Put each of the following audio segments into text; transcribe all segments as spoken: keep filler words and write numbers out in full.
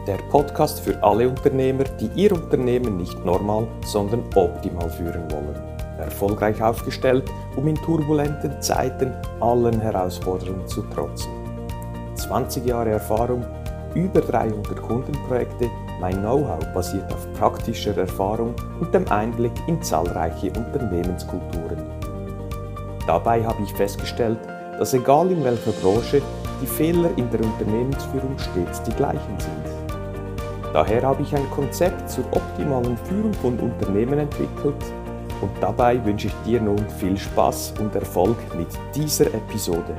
der Podcast für alle Unternehmer, die ihr Unternehmen nicht normal, sondern optimal führen wollen. Erfolgreich aufgestellt, um in turbulenten Zeiten allen Herausforderungen zu trotzen. zwanzig Jahre Erfahrung, über dreihundert Kundenprojekte, mein Know-how basiert auf praktischer Erfahrung und dem Einblick in zahlreiche Unternehmenskulturen. Dabei habe ich festgestellt, dass egal in welcher Branche, die Fehler in der Unternehmensführung stets die gleichen sind. Daher habe ich ein Konzept zur optimalen Führung von Unternehmen entwickelt und dabei wünsche ich dir nun viel Spaß und Erfolg mit dieser Episode.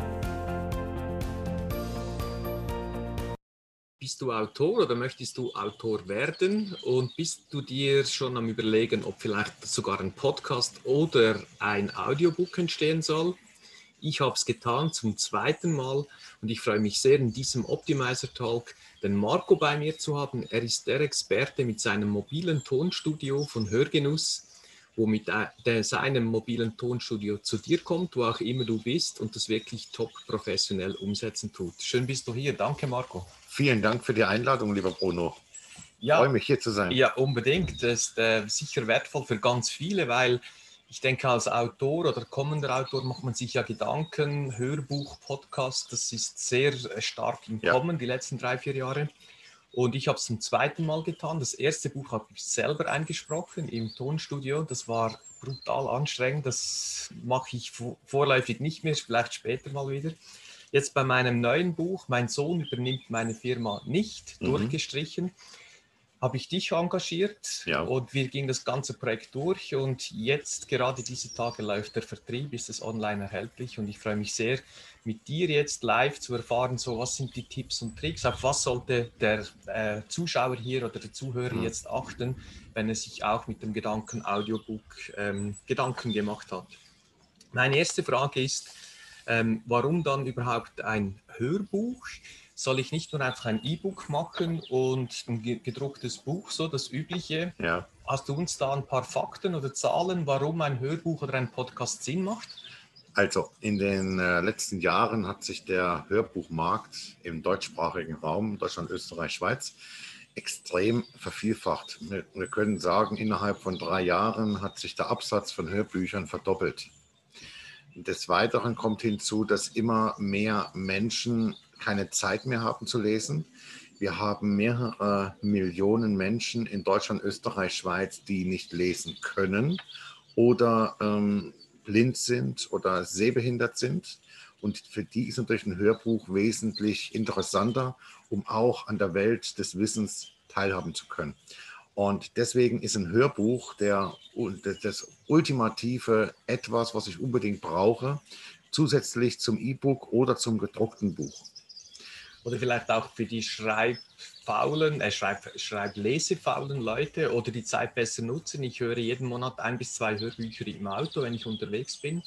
Bist du Autor oder möchtest du Autor werden und bist du dir schon am Überlegen, ob vielleicht sogar ein Podcast oder ein Audiobook entstehen soll? Ich habe es getan zum zweiten Mal und ich freue mich sehr, in diesem Optimizer Talk den Marco bei mir zu haben. Er ist der Experte mit seinem mobilen Tonstudio von Hörgenuss, wo mit der, seinem mobilen Tonstudio zu dir kommt, wo auch immer du bist und das wirklich top professionell umsetzen tut. Schön bist du hier. Danke, Marco. Vielen Dank für die Einladung, lieber Bruno. Ich ja, freue mich, hier zu sein. Ja, unbedingt. Das ist äh, sicher wertvoll für ganz viele, weil ich denke, als Autor oder kommender Autor macht man sich ja Gedanken, Hörbuch, Podcast, das ist sehr stark im Ja. Kommen, die letzten drei, vier Jahre. Und ich habe es zum zweiten Mal getan. Das erste Buch habe ich selber eingesprochen im Tonstudio. Das war brutal anstrengend. Das mache ich vorläufig nicht mehr, vielleicht später mal wieder. Jetzt bei meinem neuen Buch, Mein Sohn übernimmt meine Firma nicht, mhm. durchgestrichen, habe ich dich engagiert, ja. Und wir gingen das ganze Projekt durch und jetzt, gerade diese Tage, läuft der Vertrieb, ist es online erhältlich und ich freue mich sehr, mit dir jetzt live zu erfahren, so was sind die Tipps und Tricks, auf was sollte der äh, Zuschauer hier oder der Zuhörer mhm. jetzt achten, wenn er sich auch mit dem Gedanken Audiobook ähm, Gedanken gemacht hat. Meine erste Frage ist, ähm, warum dann überhaupt ein Hörbuch? Soll ich nicht nur einfach ein E-Book machen und ein gedrucktes Buch, so das Übliche? Ja. Hast du uns da ein paar Fakten oder Zahlen, warum ein Hörbuch oder ein Podcast Sinn macht? Also in den äh, letzten Jahren hat sich der Hörbuchmarkt im deutschsprachigen Raum, Deutschland, Österreich, Schweiz, extrem vervielfacht. Wir, wir können sagen, innerhalb von drei Jahren hat sich der Absatz von Hörbüchern verdoppelt. Des Weiteren kommt hinzu, dass immer mehr Menschen keine Zeit mehr haben zu lesen. Wir haben mehrere Millionen Menschen in Deutschland, Österreich, Schweiz, die nicht lesen können oder ähm, blind sind oder sehbehindert sind. Und für die ist natürlich ein Hörbuch wesentlich interessanter, um auch an der Welt des Wissens teilhaben zu können. Und deswegen ist ein Hörbuch der, das ultimative Etwas, was ich unbedingt brauche, zusätzlich zum E-Book oder zum gedruckten Buch. Oder vielleicht auch für die schreibfaulen, äh, schreib, schreiblesefaulen Leute oder die Zeit besser nutzen. Ich höre jeden Monat ein bis zwei Hörbücher im Auto, wenn ich unterwegs bin.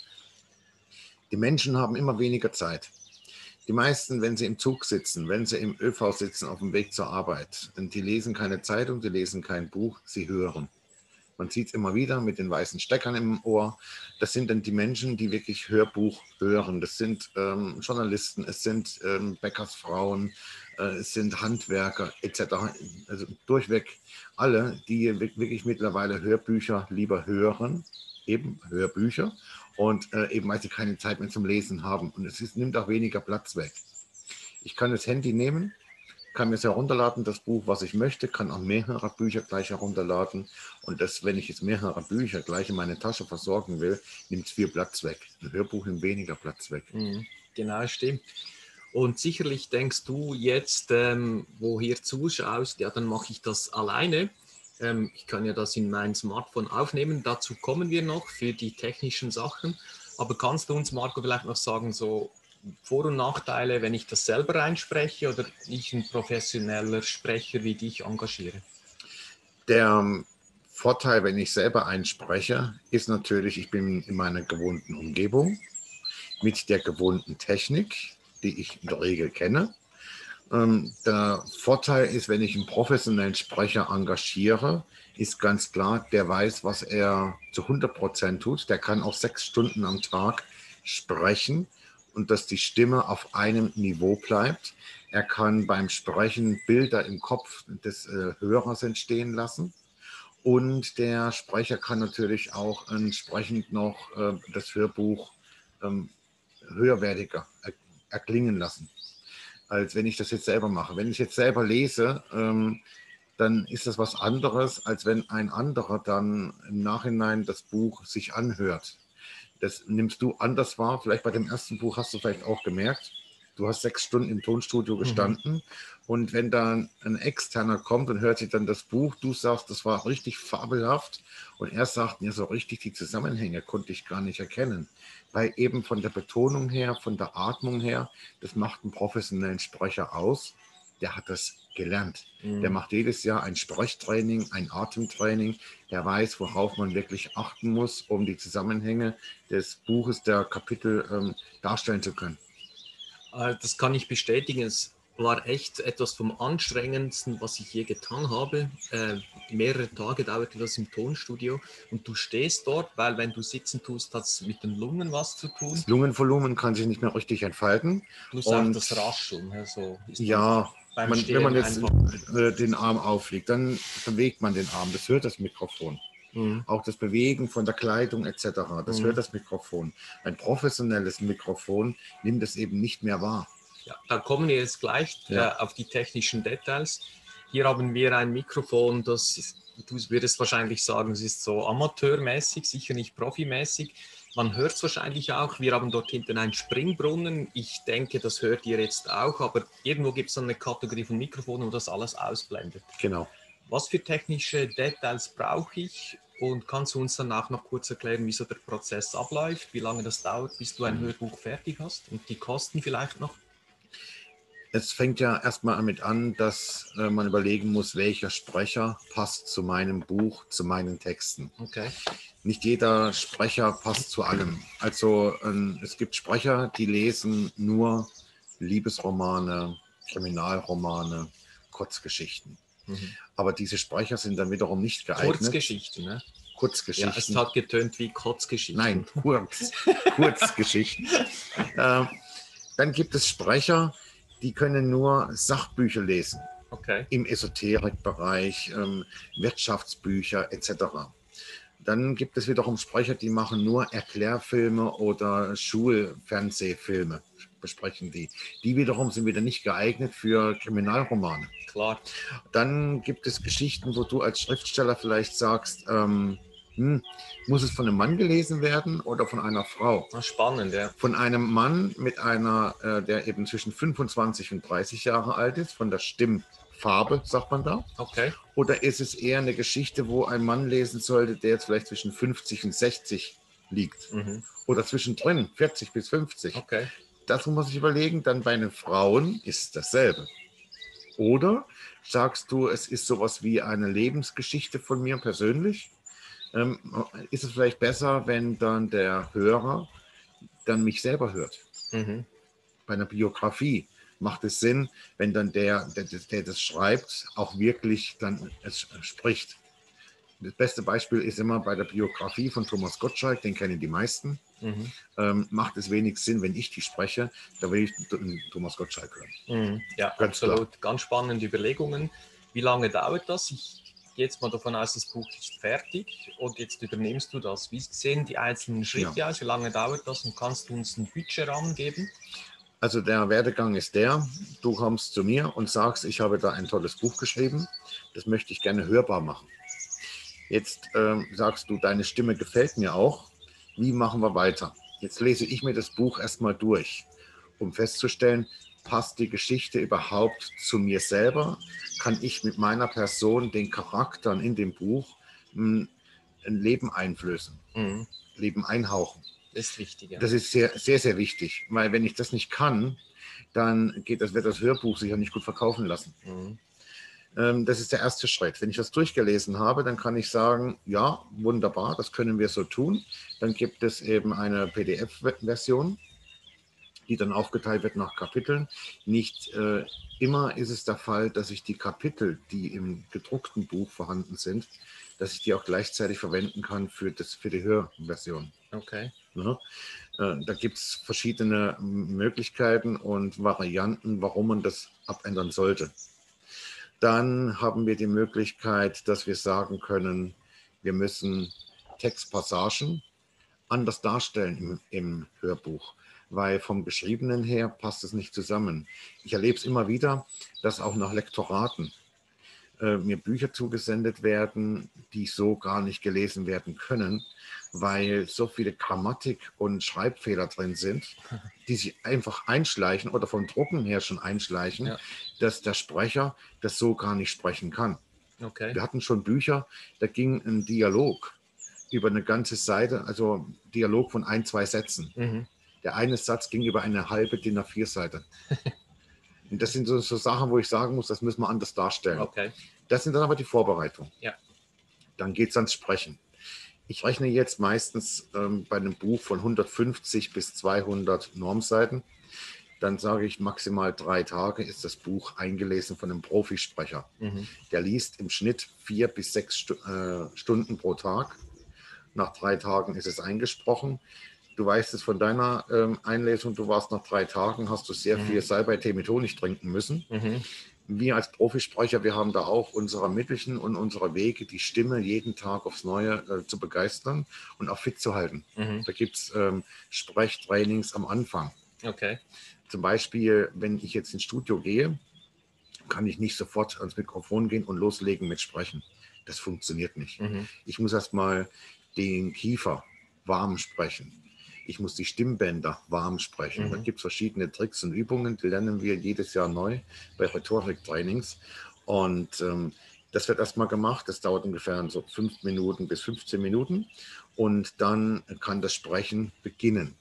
Die Menschen haben immer weniger Zeit. Die meisten, wenn sie im Zug sitzen, wenn sie im ÖV sitzen, auf dem Weg zur Arbeit, die lesen keine Zeitung, die lesen kein Buch, sie hören. Man sieht es immer wieder mit den weißen Steckern im Ohr. Das sind dann die Menschen, die wirklich Hörbuch hören. Das sind ähm, Journalisten, es sind ähm, Bäckersfrauen, äh, es sind Handwerker et cetera. Also durchweg alle, die wirklich mittlerweile Hörbücher lieber hören, eben Hörbücher. Und äh, eben, weil sie keine Zeit mehr zum Lesen haben. Und es ist, nimmt auch weniger Platz weg. Ich kann das Handy nehmen, kann mir es herunterladen, das Buch, was ich möchte, kann auch mehrere Bücher gleich herunterladen. Und das, wenn ich jetzt mehrere Bücher gleich in meine Tasche versorgen will, nimmt es viel Platz weg. Ein Hörbuch nimmt weniger Platz weg. Mhm, genau, stimmt. Und sicherlich denkst du jetzt, ähm, wo hier zuschaust, ja, dann mache ich das alleine. Ich kann ja das in mein Smartphone aufnehmen, dazu kommen wir noch für die technischen Sachen. Aber kannst du uns, Marco, vielleicht noch sagen, so Vor- und Nachteile, wenn ich das selber einspreche oder ich ein professioneller Sprecher wie dich engagiere? Der Vorteil, wenn ich selber einspreche, ist natürlich, ich bin in meiner gewohnten Umgebung mit der gewohnten Technik, die ich in der Regel kenne. Der Vorteil ist, wenn ich einen professionellen Sprecher engagiere, ist ganz klar, der weiß, was er zu hundert Prozent tut. Der kann auch sechs Stunden am Tag sprechen und dass die Stimme auf einem Niveau bleibt. Er kann beim Sprechen Bilder im Kopf des äh, Hörers entstehen lassen. Und der Sprecher kann natürlich auch entsprechend noch äh, das Hörbuch ähm, höherwertiger er erklingen lassen, als wenn ich das jetzt selber mache. Wenn ich jetzt selber lese, ähm, dann ist das was anderes, als wenn ein anderer dann im Nachhinein das Buch sich anhört. Das nimmst du anders wahr. Vielleicht bei dem ersten Buch hast du vielleicht auch gemerkt, du hast sechs Stunden im Tonstudio gestanden, mhm. und wenn dann ein Externer kommt und hört sich dann das Buch, du sagst, das war richtig fabelhaft, und er sagt, ja, so richtig die Zusammenhänge konnte ich gar nicht erkennen. Weil eben von der Betonung her, von der Atmung her, das macht einen professionellen Sprecher aus. Der hat das gelernt. Mhm. Der macht jedes Jahr ein Sprechtraining, ein Atemtraining. Der weiß, worauf man wirklich achten muss, um die Zusammenhänge des Buches, der Kapitel ähm, darstellen zu können. Das kann ich bestätigen. Es war echt etwas vom Anstrengendsten, was ich je getan habe. Äh, mehrere Tage dauerte das im Tonstudio und du stehst dort, weil wenn du sitzen tust, hat es mit den Lungen was zu tun. Das Lungenvolumen kann sich nicht mehr richtig entfalten. Plus auch das Rascheln. Also ist ja, man, wenn man jetzt äh, den Arm auflegt, dann bewegt man den Arm. Das hört das Mikrofon. Mhm. Auch das Bewegen von der Kleidung et cetera. Das mhm. hört das Mikrofon. Ein professionelles Mikrofon nimmt es eben nicht mehr wahr. Ja, da kommen wir jetzt gleich ja. äh, auf die technischen Details. Hier haben wir ein Mikrofon, das ist, du würdest wahrscheinlich sagen, es ist so amateurmäßig, sicher nicht profimäßig. Man hört es wahrscheinlich auch. Wir haben dort hinten einen Springbrunnen. Ich denke, das hört ihr jetzt auch, aber irgendwo gibt es eine Kategorie von Mikrofonen, wo das alles ausblendet. Genau. Was für technische Details brauche ich? Und kannst du uns danach noch kurz erklären, wie so der Prozess abläuft, wie lange das dauert, bis du ein Hörbuch fertig hast und die Kosten vielleicht noch? Es fängt ja erstmal damit an, dass äh, man überlegen muss, welcher Sprecher passt zu meinem Buch, zu meinen Texten. Okay. Nicht jeder Sprecher passt zu allem. Also ähm, es gibt Sprecher, die lesen nur Liebesromane, Kriminalromane, Kurzgeschichten. Mhm. Aber diese Sprecher sind dann wiederum nicht geeignet. Kurzgeschichten, ne? Kurzgeschichten. Ja, es hat getönt wie Kotzgeschichten. Nein, kurz. Kurzgeschichten. äh, dann gibt es Sprecher, die können nur Sachbücher lesen. Okay. Im Esoterikbereich, ähm, Wirtschaftsbücher et cetera. Dann gibt es wiederum Sprecher, die machen nur Erklärfilme oder Schulfernsehfilme, besprechen die. Die wiederum sind wieder nicht geeignet für Kriminalromane. Klar. Dann gibt es Geschichten, wo du als Schriftsteller vielleicht sagst, ähm, hm, muss es von einem Mann gelesen werden oder von einer Frau? Spannend, ja. Von einem Mann mit einer, äh, der eben zwischen fünfundzwanzig und dreißig Jahre alt ist, von der Stimmfarbe, sagt man da. Okay. Oder ist es eher eine Geschichte, wo ein Mann lesen sollte, der jetzt vielleicht zwischen fünfzig und sechzig liegt? Mhm. Oder zwischendrin, vierzig bis fünfzig. Okay. Das muss man sich überlegen. Dann bei den Frauen ist es dasselbe. Oder sagst du, es ist sowas wie eine Lebensgeschichte von mir persönlich? Ähm, ist es vielleicht besser, wenn dann der Hörer dann mich selber hört? Mhm. Bei einer Biografie macht es Sinn, wenn dann der, der, der das schreibt, auch wirklich dann es spricht. Das beste Beispiel ist immer bei der Biografie von Thomas Gottschalk, den kennen die meisten. Mhm. Ähm, macht es wenig Sinn, wenn ich die spreche, da will ich Thomas Gottschalk hören. Mhm. Ja, ganz absolut. Klar. Ganz spannende Überlegungen. Wie lange dauert das? Ich gehe jetzt mal davon aus, das Buch ist fertig und jetzt übernimmst du das. Wie sehen die einzelnen Schritte ja. aus? Wie lange dauert das und kannst du uns einen Budgetrahmen geben? Also der Werdegang ist der, du kommst zu mir und sagst, ich habe da ein tolles Buch geschrieben, das möchte ich gerne hörbar machen. Jetzt ähm, sagst du, deine Stimme gefällt mir auch, wie machen wir weiter? Jetzt lese ich mir das Buch erstmal durch, um festzustellen, passt die Geschichte überhaupt zu mir selber? Kann ich mit meiner Person, den Charakteren in dem Buch, ein Leben einflößen, mhm. Leben einhauchen? Das ist wichtig. Ja. Das ist sehr, sehr, sehr wichtig, weil wenn ich das nicht kann, dann geht das, wird das Hörbuch sich ja nicht gut verkaufen lassen. Mhm. Ähm, das ist der erste Schritt. Wenn ich das durchgelesen habe, dann kann ich sagen, ja, wunderbar, das können wir so tun. Dann gibt es eben eine P D F-Version, die dann aufgeteilt wird nach Kapiteln. Nicht äh, immer ist es der Fall, dass ich die Kapitel, die im gedruckten Buch vorhanden sind, dass ich die auch gleichzeitig verwenden kann für, das, für die Hörversion. Okay. Ja. Äh, da gibt es verschiedene Möglichkeiten und Varianten, warum man das abändern sollte. Dann haben wir die Möglichkeit, dass wir sagen können, wir müssen Textpassagen anders darstellen im, im Hörbuch, weil vom Geschriebenen her passt es nicht zusammen. Ich erlebe es immer wieder, dass auch nach Lektoraten äh, mir Bücher zugesendet werden, die so gar nicht gelesen werden können, weil so viele Grammatik- und Schreibfehler drin sind, die sich einfach einschleichen oder vom Drucken her schon einschleichen, ja. dass der Sprecher das so gar nicht sprechen kann. Okay. Wir hatten schon Bücher, da ging ein Dialog über eine ganze Seite, also Dialog von ein, zwei Sätzen. Mhm. Der eine Satz ging über eine halbe D I N A vier Seite. Und das sind so, so Sachen, wo ich sagen muss, das müssen wir anders darstellen. Okay. Das sind dann aber die Vorbereitungen. Ja. Dann geht es ans Sprechen. Ich rechne jetzt meistens ähm, bei einem Buch von hundertfünfzig bis zweihundert Normseiten. Dann sage ich, maximal drei Tage ist das Buch eingelesen von einem Profisprecher. Mhm. Der liest im Schnitt vier bis sechs Stu äh, Stunden pro Tag. Nach drei Tagen ist es eingesprochen. Du weißt es von deiner ähm, Einlesung, du warst nach drei Tagen, hast du sehr mhm. viel Salbei-Tee mit Honig trinken müssen. Mhm. Wir als Profisprecher, wir haben da auch unsere Mittelchen und unsere Wege, die Stimme jeden Tag aufs Neue äh, zu begeistern und auch fit zu halten. Mhm. Da gibt es ähm, Sprechtrainings am Anfang. Okay. Zum Beispiel, wenn ich jetzt ins Studio gehe, kann ich nicht sofort ans Mikrofon gehen und loslegen mit Sprechen. Das funktioniert nicht. Mhm. Ich muss erst mal den Kiefer warm sprechen. Ich muss die Stimmbänder warm sprechen. Mhm. Da gibt es verschiedene Tricks und Übungen, die lernen wir jedes Jahr neu bei Rhetoriktrainings. Und ähm, das wird erstmal gemacht. Das dauert ungefähr so fünf Minuten bis fünfzehn Minuten. Und dann kann das Sprechen beginnen.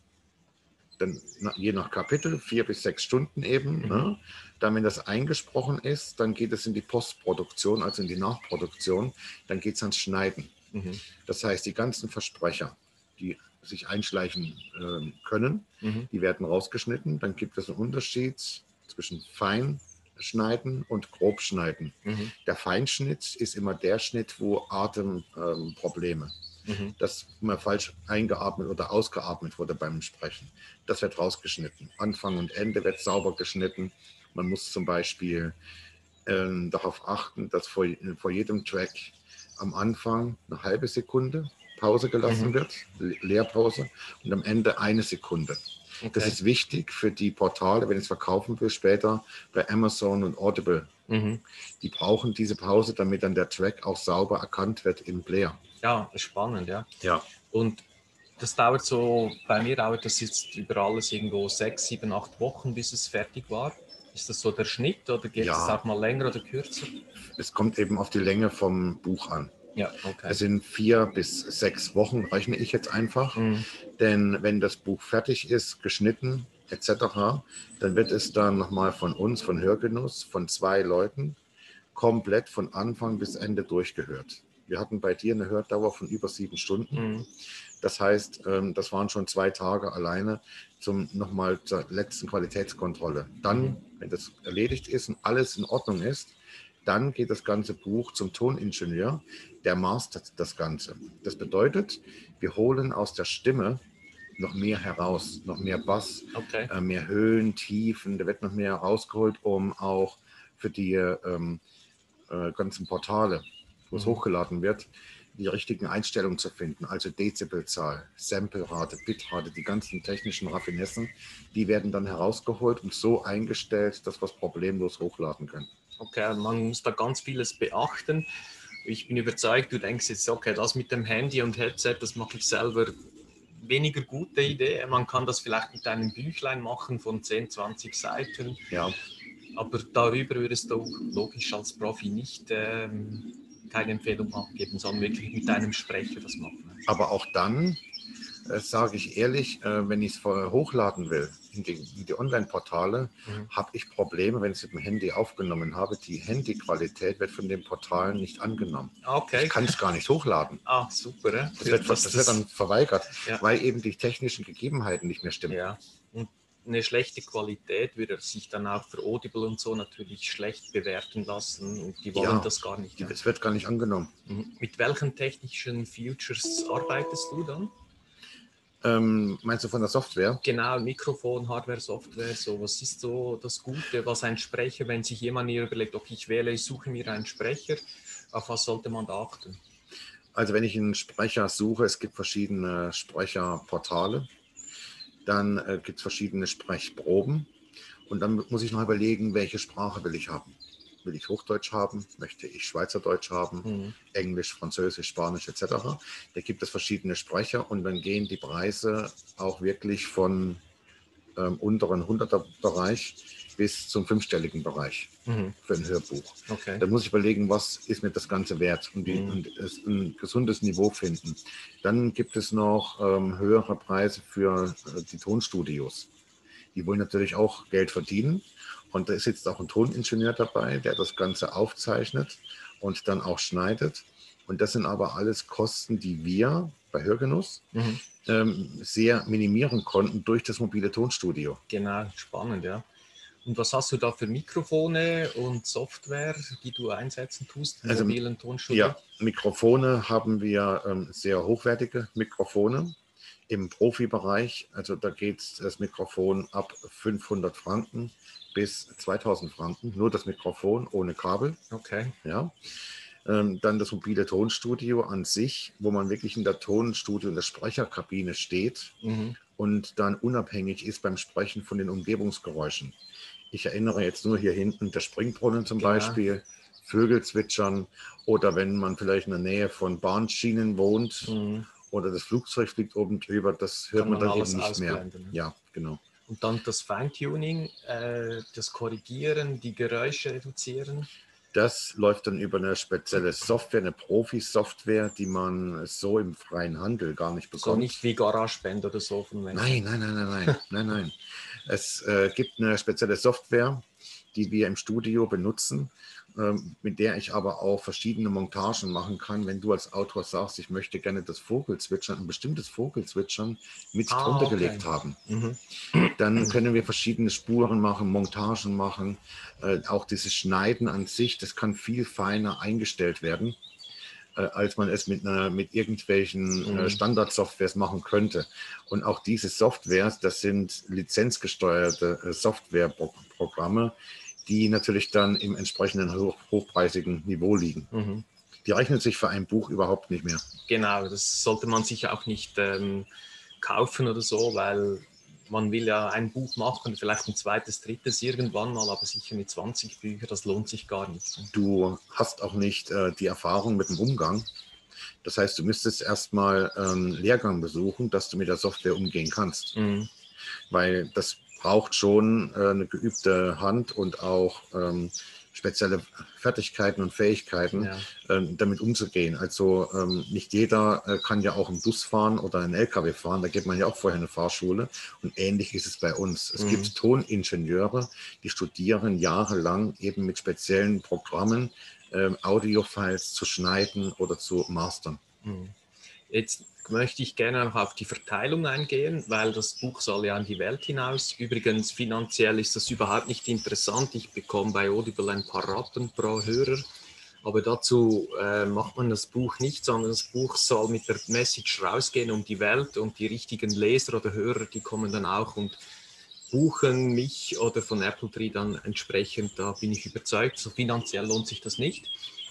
Dann je nach Kapitel, vier bis sechs Stunden eben. Mhm. Ne? Dann, wenn das eingesprochen ist, dann geht es in die Postproduktion, also in die Nachproduktion. Dann geht es ans Schneiden. Mhm. Das heißt, die ganzen Versprecher, die sich einschleichen äh, können, mhm. die werden rausgeschnitten. Dann gibt es einen Unterschied zwischen Feinschneiden und Grobschneiden. Mhm. Der Feinschnitt ist immer der Schnitt, wo Atemprobleme, ähm, mhm. dass man falsch eingeatmet oder ausgeatmet wurde beim Sprechen. Das wird rausgeschnitten. Anfang und Ende wird sauber geschnitten. Man muss zum Beispiel äh, darauf achten, dass vor, vor jedem Track am Anfang eine halbe Sekunde Pause gelassen mhm. wird, Le Leerpause, und am Ende eine Sekunde. Okay. Das ist wichtig für die Portale, wenn ich es verkaufen will, später bei Amazon und Audible. Mhm. Die brauchen diese Pause, damit dann der Track auch sauber erkannt wird im Player. Ja, spannend, ja. Ja. Und das dauert so, bei mir dauert das jetzt über alles irgendwo sechs, sieben, acht Wochen, bis es fertig war. Ist das so der Schnitt oder geht es ja. auch mal länger oder kürzer? Es kommt eben auf die Länge vom Buch an. Ja, okay. Es sind vier bis sechs Wochen, rechne ich jetzt einfach. Mhm. Denn wenn das Buch fertig ist, geschnitten et cetera, dann wird es dann nochmal von uns, von Hörgenuss, von zwei Leuten, komplett von Anfang bis Ende durchgehört. Wir hatten bei dir eine Hördauer von über sieben Stunden. Mhm. Das heißt, das waren schon zwei Tage alleine zum nochmal zur letzten Qualitätskontrolle. Dann, mhm. wenn das erledigt ist und alles in Ordnung ist, dann geht das ganze Buch zum Toningenieur, der mastert das Ganze. Das bedeutet, wir holen aus der Stimme noch mehr heraus, noch mehr Bass, okay. äh, mehr Höhen, Tiefen, da wird noch mehr rausgeholt, um auch für die ähm, äh, ganzen Portale, wo es mhm. hochgeladen wird, die richtigen Einstellungen zu finden, also Dezibelzahl, Samplerate, Bitrate, die ganzen technischen Raffinessen, die werden dann herausgeholt und so eingestellt, dass wir es problemlos hochladen können. Okay, man muss da ganz vieles beachten. Ich bin überzeugt, du denkst jetzt, okay, das mit dem Handy und Headset, das mache ich selber, weniger gute Idee. Man kann das vielleicht mit einem Büchlein machen von zehn, zwanzig Seiten. Ja. Aber darüber würdest du logisch als Profi nicht ähm, keine Empfehlung abgeben, sondern wirklich mit einem Sprecher das machen. Aber auch dann, äh, sage ich ehrlich, äh, wenn ich es hochladen will in die, in die Online-Portale, mhm. habe ich Probleme, wenn ich es mit dem Handy aufgenommen habe. Die Handyqualität wird von den Portalen nicht angenommen. Okay. Ich kann es gar nicht hochladen. Ah, super. Ja. Das, wird, das, das wird dann verweigert, ja. weil eben die technischen Gegebenheiten nicht mehr stimmen. Ja. Und eine schlechte Qualität würde sich dann auch für Audible und so natürlich schlecht bewerten lassen und die wollen ja, das gar nicht. Ja. Das wird gar nicht angenommen. Mhm. Mit welchen technischen Features arbeitest du dann? Ähm, meinst du von der Software? Genau, Mikrofon, Hardware, Software, so. Was ist so das Gute, was ein Sprecher, wenn sich jemand hier überlegt, okay, ich wähle, ich suche mir einen Sprecher, auf was sollte man da achten? Also wenn ich einen Sprecher suche, es gibt verschiedene Sprecherportale, dann äh, gibt es verschiedene Sprechproben und dann muss ich noch überlegen, welche Sprache will ich haben. Will ich Hochdeutsch haben? Möchte ich Schweizerdeutsch haben? Mhm. Englisch, Französisch, Spanisch et cetera. Da gibt es verschiedene Sprecher und dann gehen die Preise auch wirklich von ähm, unteren hunderter-Bereich bis zum fünfstelligen Bereich mhm. für ein Hörbuch. Okay. Da muss ich überlegen, was ist mir das Ganze wert und, die, mhm. und es ein gesundes Niveau finden. Dann gibt es noch ähm, höhere Preise für äh, die Tonstudios. Die wollen natürlich auch Geld verdienen. Und da ist jetzt auch ein Toningenieur dabei, der das Ganze aufzeichnet und dann auch schneidet. Und das sind aber alles Kosten, die wir bei Hörgenuss mhm. ähm, sehr minimieren konnten durch das mobile Tonstudio. Genau, spannend, ja. Und was hast du da für Mikrofone und Software, die du einsetzen tust im also, mobilen Tonstudio? Ja, Mikrofone haben wir ähm, sehr hochwertige Mikrofone. Im Profibereich, also da geht das Mikrofon ab fünfhundert Franken bis zweitausend Franken, nur das Mikrofon ohne Kabel. Okay. Ja. Ähm, dann das mobile Tonstudio an sich, wo man wirklich in der Tonstudio, in der Sprecherkabine steht mhm. und dann unabhängig ist beim Sprechen von den Umgebungsgeräuschen. Ich erinnere jetzt nur hier hinten der Springbrunnen zum genau. Beispiel, Vögel zwitschern oder wenn man vielleicht in der Nähe von Bahnschienen wohnt mhm. oder das Flugzeug fliegt oben drüber, das hört man, man dann eben nicht mehr. Ne? Ja, genau. Und dann das Feintuning, äh, das Korrigieren, die Geräusche reduzieren? Das läuft dann über eine spezielle Software, eine Profi-Software, die man so im freien Handel gar nicht bekommt. So nicht wie GarageBand oder so von Menschen. Nein, nein, nein, nein, nein, nein, nein. Es äh, gibt eine spezielle Software, die wir im Studio benutzen, ähm, mit der ich aber auch verschiedene Montagen machen kann. Wenn du als Autor sagst, ich möchte gerne das Vogelzwitschern, ein bestimmtes Vogelzwitschern mit ah, drunter okay. gelegt haben, mhm. dann können wir verschiedene Spuren machen, Montagen machen. Äh, auch dieses Schneiden an sich, das kann viel feiner eingestellt werden, äh, als man es mit, einer, mit irgendwelchen äh, Standardsoftwares machen könnte. Und auch diese Softwares, das sind lizenzgesteuerte äh, Softwareprogramme, die natürlich dann im entsprechenden hoch, hochpreisigen Niveau liegen. Mhm. Die rechnen sich für ein Buch überhaupt nicht mehr. Genau, das sollte man sich auch nicht ähm, kaufen oder so, weil man will ja ein Buch machen, vielleicht ein zweites, drittes irgendwann mal, aber sicher mit zwanzig Büchern, das lohnt sich gar nicht. Du hast auch nicht äh, die Erfahrung mit dem Umgang. Das heißt, du müsstest erstmal einen ähm, Lehrgang besuchen, dass du mit der Software umgehen kannst. Mhm. Weil das braucht schon äh, eine geübte Hand und auch ähm, spezielle Fertigkeiten und Fähigkeiten, ja. ähm, damit umzugehen. Also ähm, nicht jeder äh, kann ja auch einen Bus fahren oder einen L K W fahren, da geht man ja auch vorher in eine Fahrschule und ähnlich ist es bei uns. Es mhm. gibt Toningenieure, die studieren jahrelang eben mit speziellen Programmen ähm, Audiofiles zu schneiden oder zu mastern. Mhm. Jetzt möchte ich gerne noch auf die Verteilung eingehen, weil das Buch soll ja in die Welt hinaus. Übrigens, finanziell ist das überhaupt nicht interessant. Ich bekomme bei Audible ein paar Rappen pro Hörer. Aber dazu äh, macht man das Buch nicht, sondern das Buch soll mit der Message rausgehen um die Welt und die richtigen Leser oder Hörer, die kommen dann auch und buchen mich oder von Apple Tree dann entsprechend. Da bin ich überzeugt, so finanziell lohnt sich das nicht.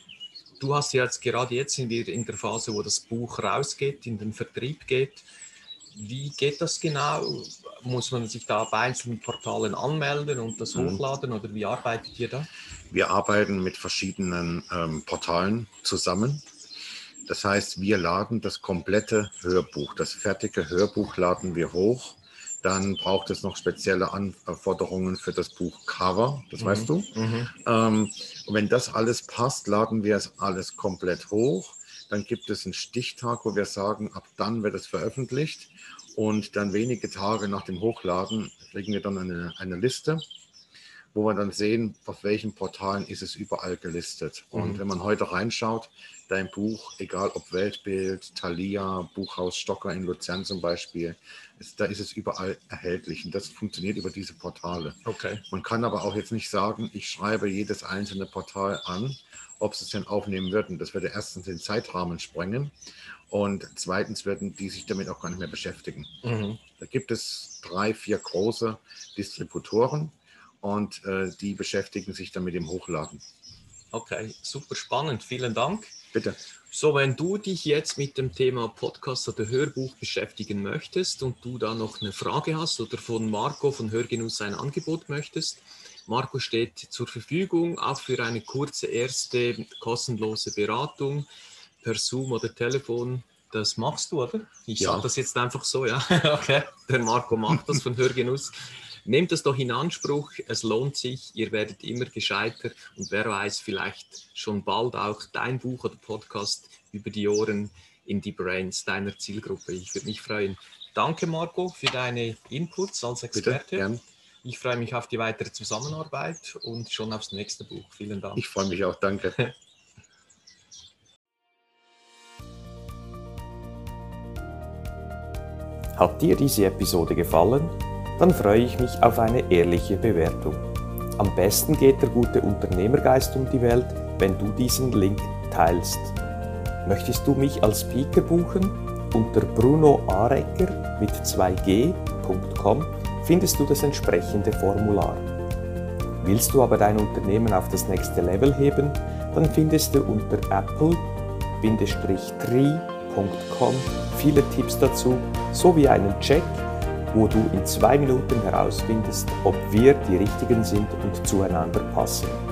Du hast ja jetzt gerade jetzt sind wir in der Phase, wo das Buch rausgeht, in den Vertrieb geht. Wie geht das genau? Muss man sich da bei einzelnen Portalen anmelden und das mhm. hochladen oder wie arbeitet ihr da? Wir arbeiten mit verschiedenen ähm, Portalen zusammen. Das heißt, wir laden das komplette Hörbuch, das fertige Hörbuch laden wir hoch. Dann braucht es noch spezielle Anforderungen für das Buch Cover, das mhm. weißt du. Mhm. Ähm, und wenn das alles passt, laden wir es alles komplett hoch. Dann gibt es einen Stichtag, wo wir sagen, ab dann wird es veröffentlicht. Und dann wenige Tage nach dem Hochladen kriegen wir dann eine, eine Liste, wo wir dann sehen, auf welchen Portalen ist es überall gelistet. Und mhm. wenn man heute reinschaut, dein Buch, egal ob Weltbild, Thalia, Buchhaus Stocker in Luzern zum Beispiel, ist, da ist es überall erhältlich. Und das funktioniert über diese Portale. Okay. Man kann aber auch jetzt nicht sagen, ich schreibe jedes einzelne Portal an, ob sie es denn aufnehmen würden. Das würde erstens den Zeitrahmen sprengen und zweitens würden die sich damit auch gar nicht mehr beschäftigen. Mhm. Da gibt es drei, vier große Distributoren und äh, die beschäftigen sich dann mit dem Hochladen. Okay, super spannend. Vielen Dank. Bitte. So, wenn du dich jetzt mit dem Thema Podcast oder Hörbuch beschäftigen möchtest und du da noch eine Frage hast oder von Marco von Hörgenuss ein Angebot möchtest, Marco steht zur Verfügung, auch für eine kurze erste kostenlose Beratung per Zoom oder Telefon. Das machst du, oder? Ich ja. sage das jetzt einfach so, ja. Okay, der Marco macht das von Hörgenuss. Nehmt das doch in Anspruch, es lohnt sich, ihr werdet immer gescheiter und wer weiß, vielleicht schon bald auch dein Buch oder Podcast über die Ohren in die Brains deiner Zielgruppe. Ich würde mich freuen. Danke Marco für deine Inputs als Experte. Bitte, gern. Ich freue mich auf die weitere Zusammenarbeit und schon aufs nächste Buch. Vielen Dank. Ich freue mich auch, danke. Hat dir diese Episode gefallen? Dann freue ich mich auf eine ehrliche Bewertung. Am besten geht der gute Unternehmergeist um die Welt, wenn du diesen Link teilst. Möchtest du mich als Speaker buchen? Unter brunoarecker mit zwei g punkt com findest du das entsprechende Formular. Willst du aber dein Unternehmen auf das nächste Level heben? Dann findest du unter apple tree punkt com viele Tipps dazu, sowie einen Check, wo du in zwei Minuten herausfindest, ob wir die Richtigen sind und zueinander passen.